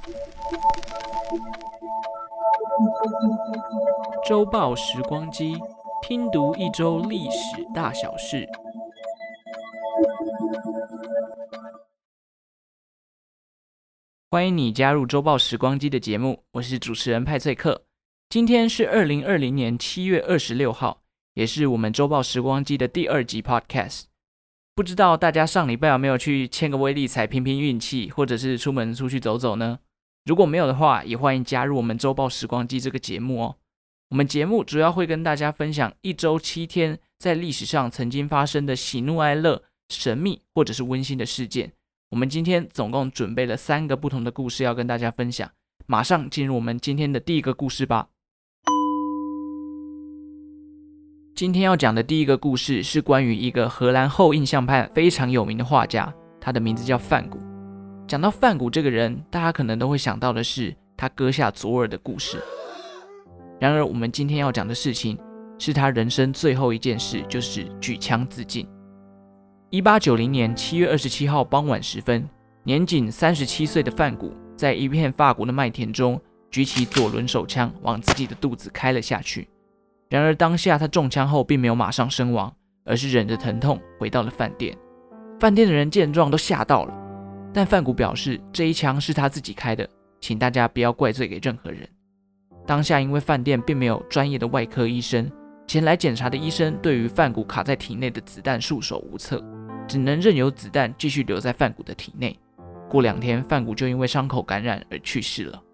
周报时光机，拼读一周历史大小事。欢迎你加入周报时光机的节目，我是主持人派翠克。今天是2020年7月26号，也是我们周报时光机的第2集 podcast。不知道大家上礼拜有没有去签个威力彩拼拼运气，或者是出门出去走走呢？如果没有的话，也欢迎加入我们周报时光机这个节目哦。我们节目主要会跟大家分享1周7天在历史上曾经发生的喜怒哀乐、神秘或者是温馨的事件。我们今天总共准备了3个不同的故事要跟大家分享，马上进入我们今天的第一个故事吧。今天要讲的第一个故事是关于一个荷兰后印象派非常有名的画家，他的名字叫梵谷。讲到梵谷这个人，大家可能都会想到的是他割下左耳的故事。然而我们今天要讲的事情是他人生最后一件事，就是举枪自尽。1890年7月27号傍晚时分，年仅37岁的梵谷在一片法国的麦田中举起左轮手枪往自己的肚子开了下去。然而当下他中枪后并没有马上身亡，而是忍着疼痛回到了饭店。饭店的人见状都吓到了，但梵谷表示这一枪是他自己开的，请大家不要怪罪给任何人。当下因为饭店并没有专业的外科医生，前来检查的医生对于梵谷卡在体内的子弹束手无策，只能任由子弹继续留在梵谷的体内。过2天，梵谷就因为伤口感染而去世了。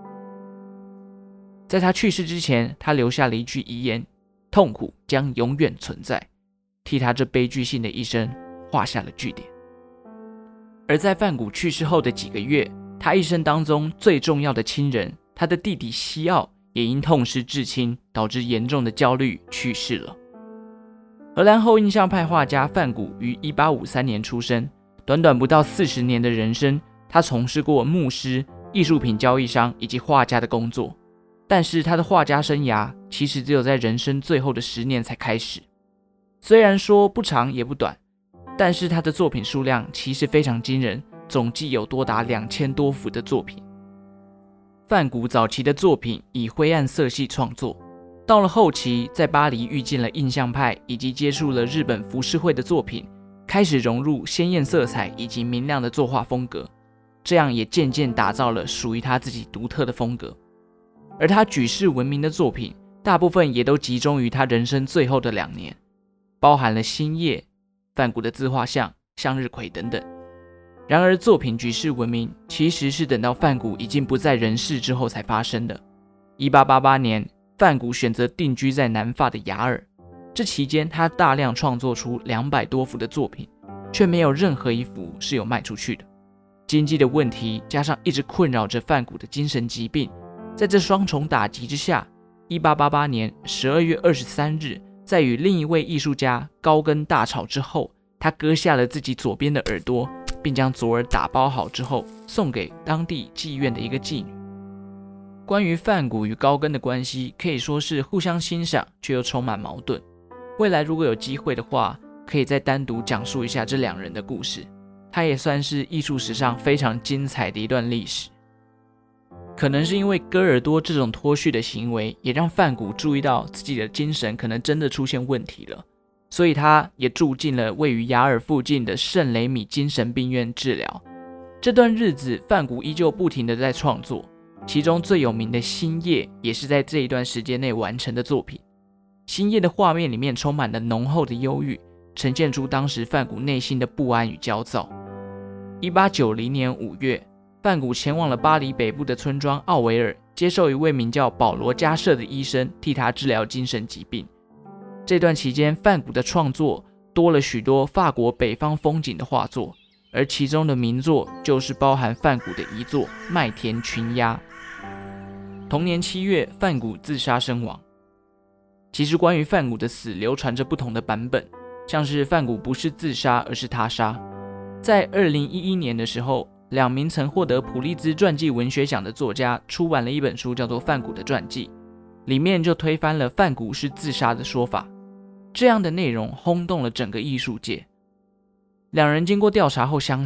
在他去世之前，他留下了一句遗言：痛苦将永远存在，替他这悲剧性的一生画下了句点。而在梵谷去世后的几个月，他一生当中最重要的亲人，他的弟弟西奥也因痛失至亲，导致严重的焦虑去世了。荷兰后印象派画家梵谷于1853年出生，短短不到40年的人生，他从事过牧师、艺术品交易商以及画家的工作。但是他的画家生涯其实只有在人生最后的10年才开始。虽然说不长也不短，但是他的作品数量其实非常惊人，总计有多达2000多幅的作品。梵谷早期的作品以灰暗色系创作，到了后期在巴黎遇见了印象派以及接触了日本浮世绘的作品，开始融入鲜艳色彩以及明亮的作画风格，这样也渐渐打造了属于他自己独特的风格。而他举世闻名的作品大部分也都集中于他人生最后的2年，包含了星夜、梵谷的自画像、向日葵等等。然而作品举世闻名其实是等到梵谷已经不在人世之后才发生的。1888年，梵谷选择定居在南法的雅尔，这期间他大量创作出200多幅的作品，却没有任何一幅是有卖出去的。经济的问题加上一直困扰着梵谷的精神疾病，在这双重打击之下，1888年12月23日，在与另一位艺术家高更大吵之后，他割下了自己左边的耳朵，并将左耳打包好之后送给当地妓院的一个妓女。关于梵谷与高更的关系，可以说是互相欣赏却又充满矛盾。未来如果有机会的话，可以再单独讲述一下这2人的故事，它也算是艺术史上非常精彩的一段历史。可能是因为割耳朵这种脱序的行为，也让梵谷注意到自己的精神可能真的出现问题了，所以他也住进了位于雅尔附近的圣雷米精神病院治疗。这段日子，梵谷依旧不停地在创作，其中最有名的星夜也是在这一段时间内完成的作品。星夜的画面里面充满了浓厚的忧郁，呈现出当时梵谷内心的不安与焦躁。1890年5月，梵谷前往了巴黎北部的村庄奥维尔，接受一位名叫保罗加舍的医生替他治疗精神疾病。这段期间，梵谷的创作多了许多法国北方风景的画作，而其中的名作就是包含梵谷的遗作《麦田群鸦》。同年7月，梵谷自杀身亡。其实关于梵谷的死流传着不同的版本，像是梵谷不是自杀而是他杀。在2011年的时候，2名曾获得普利兹传记文学奖的作家出版了一本书，叫做《梵谷的传记》，里面就推翻了梵谷是自杀的说法。这样的内容轰动了整个艺术界。2人经过调查后相信，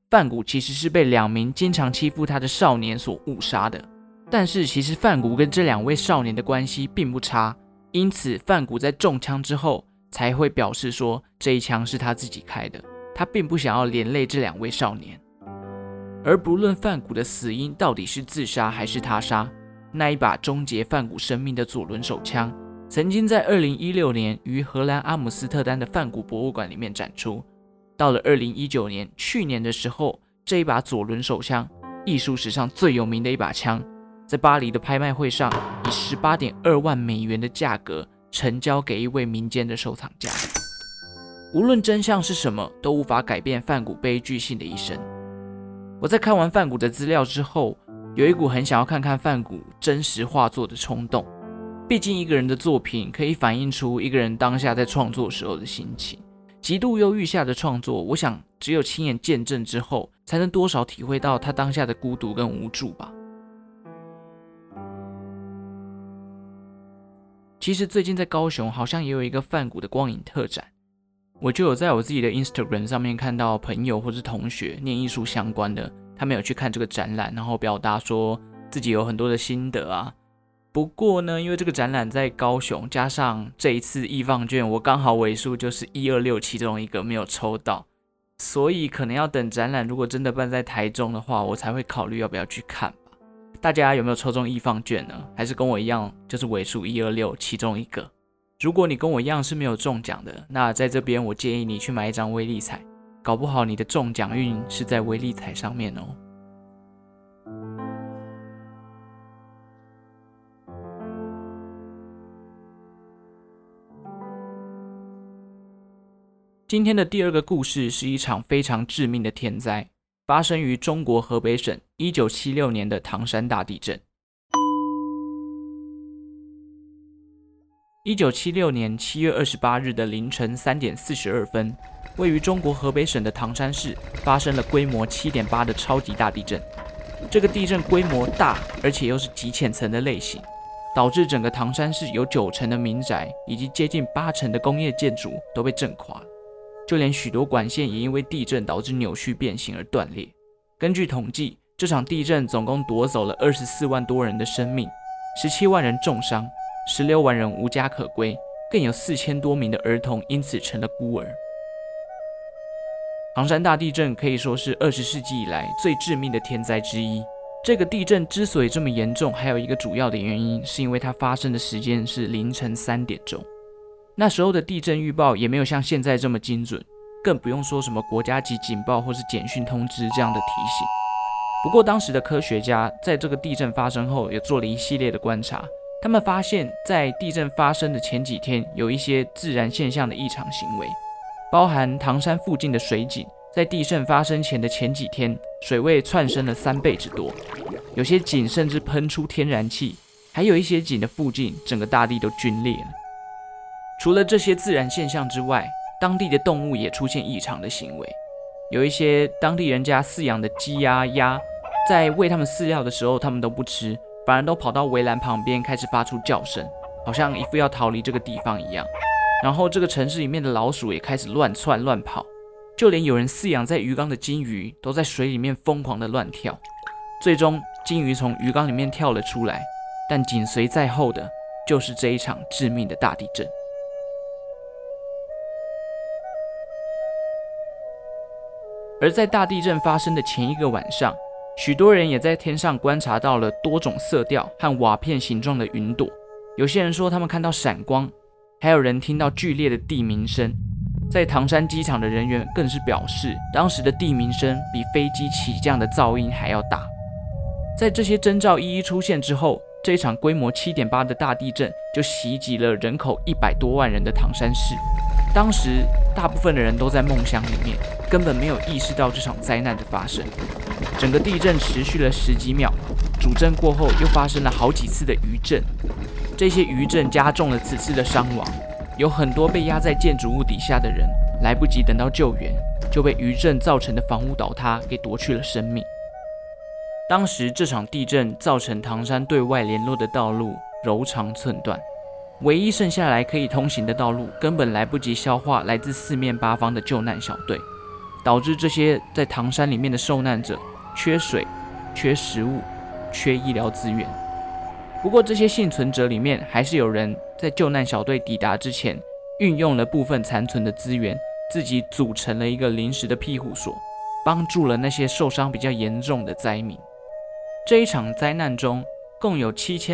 范谷其实是被2名经常欺负他的少年所误杀的。但是其实范谷跟这2位少年的关系并不差，因此范谷在中枪之后才会表示说这一枪是他自己开的，他并不想要连累这2位少年。而不论范谷的死因到底是自杀还是他杀，那一把终结范谷生命的左轮手枪曾经在2016年于荷兰阿姆斯特丹的范谷博物馆里面展出。到了2019年，去年的时候，这一把左轮手枪，艺术史上最有名的一把枪，在巴黎的拍卖会上以18.2万美元的价格成交给一位民间的收藏家。无论真相是什么，都无法改变范谷悲剧性的一生。我在看完范谷的资料之后，有一股很想要看看范谷真实画作的冲动。毕竟一个人的作品可以反映出一个人当下在创作时候的心情。极度忧郁下的创作，我想只有亲眼见证之后，才能多少体会到他当下的孤独跟无助吧。其实最近在高雄好像也有一个范谷的光影特展，我就有在我自己的 Instagram 上面看到朋友或是同学念艺术相关的，他们有去看这个展览，然后表达说自己有很多的心得啊。不过呢，因为这个展览在高雄，加上这一次艺放券我刚好尾数就是126其中一个没有抽到，所以可能要等展览如果真的办在台中的话，我才会考虑要不要去看吧。大家有没有抽中艺放券呢？还是跟我一样就是尾数126其中一个？如果你跟我一样是没有中奖的，那在这边我建议你去买一张威力彩，搞不好你的中奖运是在威力彩上面哦。今天的第2个故事是一场非常致命的天灾，发生于中国河北省1976年的唐山大地震。1976年7月28日的凌晨3点42分，位于中国河北省的唐山市发生了规模7.8的超级大地震。这个地震规模大，而且又是极浅层的类型，导致整个唐山市有90%的民宅以及接近80%的工业建筑都被震垮，就连许多管线也因为地震导致扭曲变形而断裂。根据统计，这场地震总共夺走了24万多人的生命，17万人重伤，16万人无家可归，更有4000多名的儿童因此成了孤儿。唐山大地震可以说是20世纪以来最致命的天灾之一。这个地震之所以这么严重，还有一个主要的原因，是因为它发生的时间是凌晨3点钟。那时候的地震预报也没有像现在这么精准，更不用说什么国家级警报或是简讯通知这样的提醒。不过当时的科学家在这个地震发生后也做了一系列的观察，他们发现在地震发生的前几天有一些自然现象的异常行为，包含唐山附近的水井在地震发生前的前几天水位窜升了3倍之多，有些井甚至喷出天然气，还有一些井的附近整个大地都皲裂了。除了这些自然现象之外，当地的动物也出现异常的行为，有一些当地人家饲养的鸡啊鸭，在喂它们饲料的时候它们都不吃，反而都跑到围栏旁边开始发出叫声，好像一副要逃离这个地方一样。然后这个城市里面的老鼠也开始乱窜乱跑，就连有人饲养在鱼缸的金鱼都在水里面疯狂的乱跳。最终金鱼从鱼缸里面跳了出来，但紧随在后的就是这一场致命的大地震。而在大地震发生的前一个晚上，许多人也在天上观察到了多种色调和瓦片形状的云朵。有些人说他们看到闪光，还有人听到剧烈的地鸣声。在唐山机场的人员更是表示，当时的地鸣声比飞机起降的噪音还要大。在这些征兆一一出现之后，这一场规模7.8的大地震就袭击了人口100多万人的唐山市。当时大部分的人都在梦乡里面，根本没有意识到这场灾难的发生。整个地震持续了10几秒，主震过后又发生了好几次的余震，这些余震加重了此次的伤亡。有很多被压在建筑物底下的人，来不及等到救援，就被余震造成的房屋倒塌给夺去了生命。当时这场地震造成唐山对外联络的道路柔肠寸断，唯一剩下来可以通行的道路根本来不及消化来自四面八方的救难小队， 导致这些在唐山里面的受难者缺水、缺食物、缺医疗资源。不过这些幸存者里面还是有人在救难小队抵达之前，运用了部分残存的资源，自己组成了一个临时的庇护所，帮助了那些受伤比较严重的灾民。这一场灾难中，共有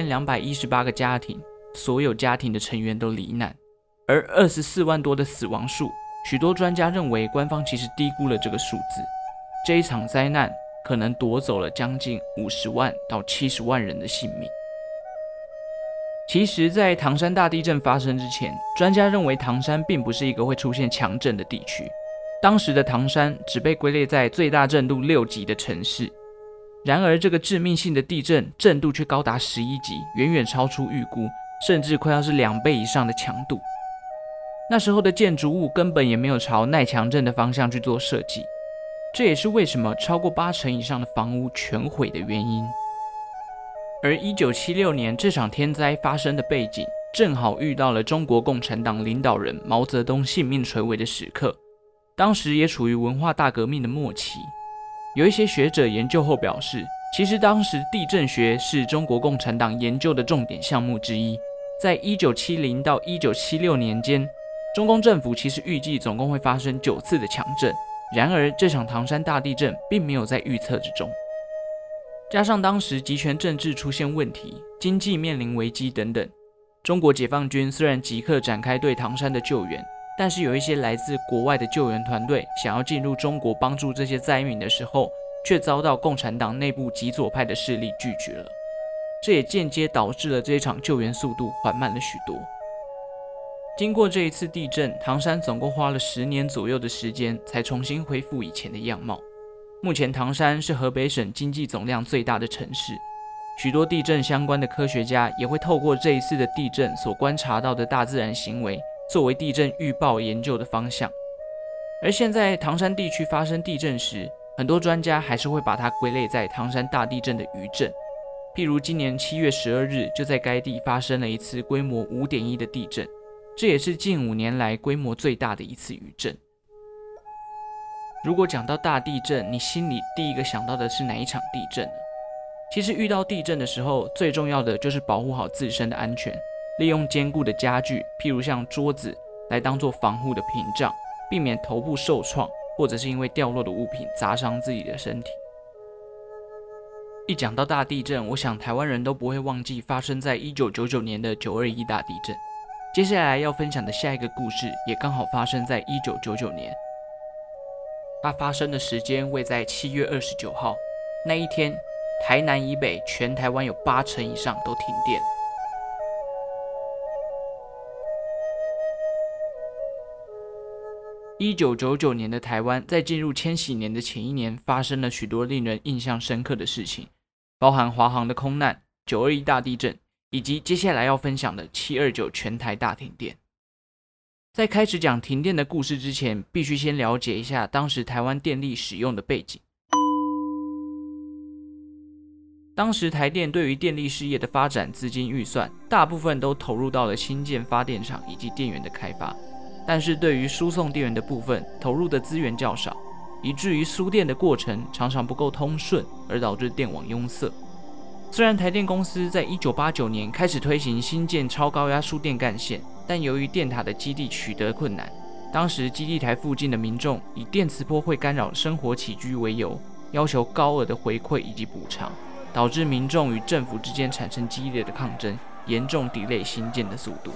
7218个家庭，所有家庭的成员都罹难，而24万多的死亡数，许多专家认为官方其实低估了这个数字。这一场灾难可能夺走了将近50万到70万人的性命。其实，在唐山大地震发生之前，专家认为唐山并不是一个会出现强震的地区。当时的唐山只被归类在最大震度6级的城市，然而这个致命性的地震震度却高达11级，远远超出预估，甚至快要是2倍以上的强度。那时候的建筑物根本也没有朝耐强震的方向去做设计，这也是为什么超过80%以上的房屋全毁的原因。而1976年这场天灾发生的背景，正好遇到了中国共产党领导人毛泽东性命垂危的时刻，当时也处于文化大革命的末期。有一些学者研究后表示，其实当时地震学是中国共产党研究的重点项目之一。在1970到1976年间，中共政府其实预计总共会发生9次的强震，然而这场唐山大地震并没有在预测之中。加上当时集权政治出现问题，经济面临危机等等，中国解放军虽然即刻展开对唐山的救援，但是有一些来自国外的救援团队想要进入中国帮助这些灾民的时候，却遭到共产党内部极左派的势力拒绝了。这也间接导致了这一场救援速度缓慢了许多。经过这一次地震，唐山总共花了10年左右的时间才重新恢复以前的样貌。目前唐山是河北省经济总量最大的城市，许多地震相关的科学家也会透过这一次的地震所观察到的大自然行为，作为地震预报研究的方向。而现在唐山地区发生地震时，很多专家还是会把它归类在唐山大地震的余震。譬如今年7月12日就在该地发生了一次规模 5.1 的地震，这也是近5年来规模最大的一次余震。如果讲到大地震，你心里第一个想到的是哪一场地震呢？其实遇到地震的时候，最重要的就是保护好自身的安全，利用坚固的家具，譬如像桌子，来当做防护的屏障，避免头部受创，或者是因为掉落的物品砸伤自己的身体。一讲到大地震，我想台湾人都不会忘记发生在1999年的921大地震。接下来要分享的下一个故事，也刚好发生在1999年。它发生的时间位在7月29号，那一天，台南以北全台湾有80%以上都停电。1999年的台湾，在进入千禧年的前一年，发生了许多令人印象深刻的事情，包含华航的空难、921大地震，以及接下来要分享的729全台大停电。在开始讲停电的故事之前，必须先了解一下当时台湾电力使用的背景。当时台电对于电力事业的发展资金预算，大部分都投入到了新建发电厂以及电源的开发，但是对于输送电源的部分，投入的资源较少，以至于输电的过程常常不够通顺，而导致电网拥塞。虽然台电公司在1989年开始推行新建超高压输电干线，但由于电塔的基地取得困难，当时基地台附近的民众以电磁波会干扰生活起居为由，要求高额的回馈以及补偿，导致民众与政府之间产生激烈的抗争，严重delay新建的速度。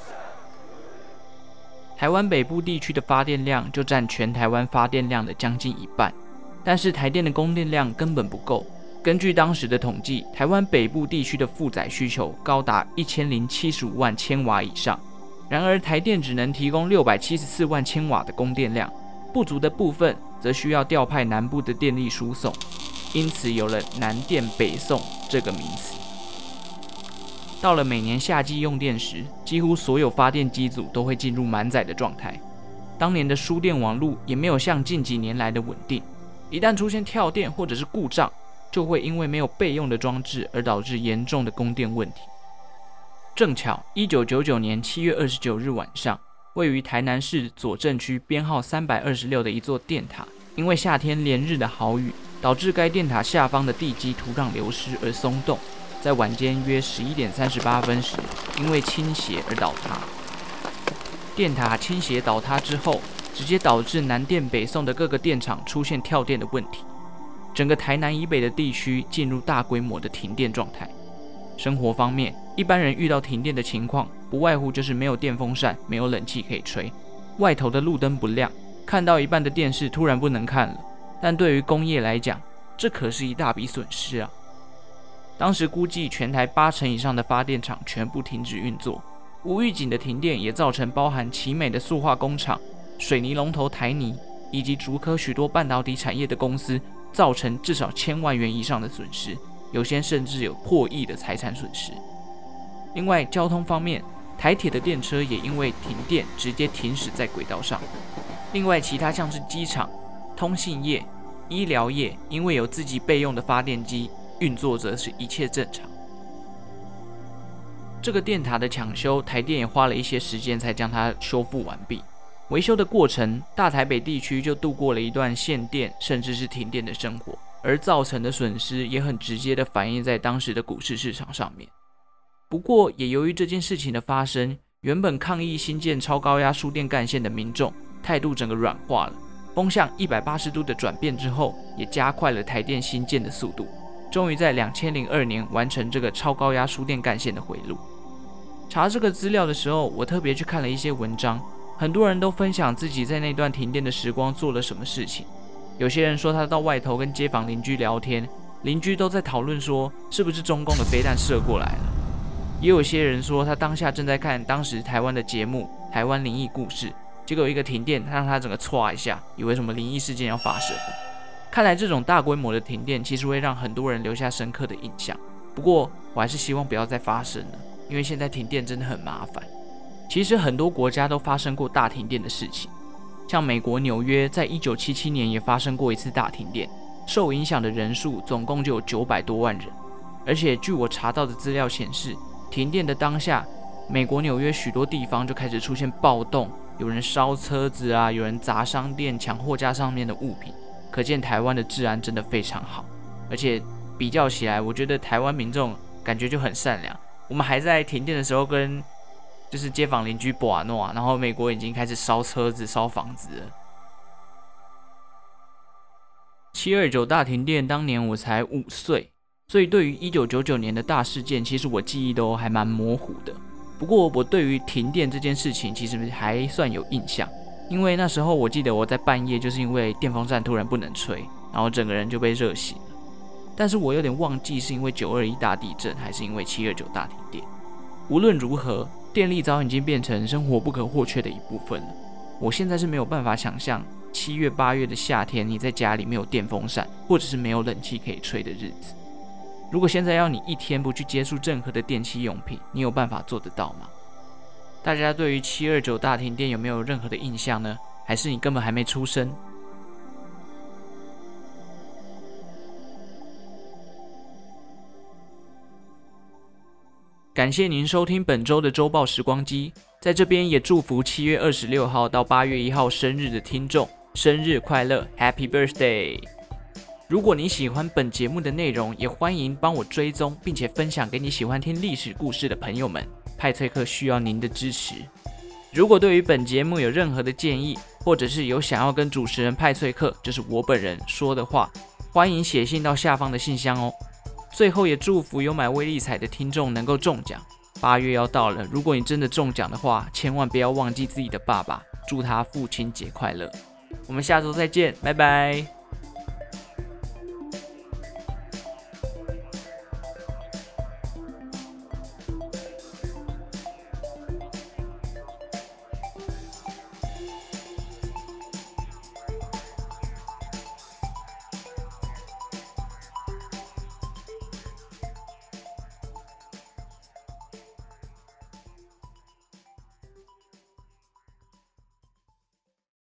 台湾北部地区的发电量就占全台湾发电量的将近1半，但是台电的供电量根本不够。根据当时的统计，台湾北部地区的负载需求高达1075万千瓦以上，然而台电只能提供674万千瓦的供电量，不足的部分则需要调派南部的电力输送，因此有了南电北送这个名词。到了每年夏季用电时，几乎所有发电机组都会进入满载的状态。当年的输电网路也没有像近几年来的稳定，一旦出现跳电或者是故障，就会因为没有备用的装置而导致严重的供电问题。正巧1999年7月29日晚上，位于台南市左镇区编号326的一座电塔因为夏天连日的豪雨，导致该电塔下方的地基土壤流失而松动，在晚间约11点38分时，因为倾斜而倒塌。电塔倾斜倒塌之后，直接导致南电北送的各个电厂出现跳电的问题，整个台南以北的地区进入大规模的停电状态。生活方面，一般人遇到停电的情况，不外乎就是没有电风扇，没有冷气可以吹，外头的路灯不亮，看到一半的电视突然不能看了。但对于工业来讲，这可是一大笔损失啊！当时估计全台80%以上的发电厂全部停止运作，无预警的停电也造成包含奇美的塑化工厂、水泥龙头台泥以及竹科许多半导体产业的公司，造成至少1000万元以上的损失，有些甚至有破亿的财产损失。另外，交通方面，台铁的电车也因为停电直接停驶在轨道上。另外，其他像是机场、通信业、医疗业，因为有自己备用的发电机，运作则是一切正常。这个电塔的抢修，台电也花了一些时间才将它修复完毕。维修的过程，大台北地区就度过了一段限电甚至是停电的生活，而造成的损失也很直接的反映在当时的股市市场上面。不过，也由于这件事情的发生，原本抗议新建超高压输电干线的民众态度整个软化了，风向180度的转变之后，也加快了台电新建的速度，终于在2002年完成这个超高压输电干线的回路。查这个资料的时候，我特别去看了一些文章，很多人都分享自己在那段停电的时光做了什么事情。有些人说他到外头跟街坊邻居聊天，邻居都在讨论说是不是中共的飞弹射过来了。也有些人说他当下正在看当时台湾的节目《台湾灵异故事》，结果有一个停电让他整个唰一下，以为什么灵异事件要发生。看来这种大规模的停电其实会让很多人留下深刻的印象，不过我还是希望不要再发生了，因为现在停电真的很麻烦。其实很多国家都发生过大停电的事情，像美国纽约在1977年也发生过一次大停电，受影响的人数总共就有900多万人。而且据我查到的资料显示，停电的当下，美国纽约许多地方就开始出现暴动，有人烧车子啊，有人砸商店、抢货架上面的物品，可见台湾的治安真的非常好。而且比较起来，我觉得台湾民众感觉就很善良。我们还在停电的时候跟就是街坊邻居博诺，然后美国已经开始烧车子、烧房子了。729大停电当年我才5岁，所以对于1999年的大事件，其实我记忆都还蛮模糊的。不过我对于停电这件事情其实还算有印象，因为那时候我记得我在半夜就是因为电风扇突然不能吹，然后整个人就被热醒了。但是我有点忘记是因为921大地震还是因为729大停电。无论如何，电力早已经变成生活不可或缺的一部分了。我现在是没有办法想象7月8月的夏天你在家里没有电风扇或者是没有冷气可以吹的日子。如果现在要你一天不去接触任何的电器用品，你有办法做得到吗？大家对于729大停电有没有任何的印象呢？还是你根本还没出生？感谢您收听本周的周报时光机，在这边也祝福7月26号到8月1号生日的听众生日快乐 ，Happy Birthday！ 如果你喜欢本节目的内容，也欢迎帮我追踪，并且分享给你喜欢听历史故事的朋友们。派翠克需要您的支持。如果对于本节目有任何的建议，或者是有想要跟主持人派翠克，就是我本人说的话，欢迎写信到下方的信箱哦。最后也祝福有买威力彩的听众能够中奖。8月要到了，如果你真的中奖的话，千万不要忘记自己的爸爸，祝他父亲节快乐。我们下周再见，拜拜。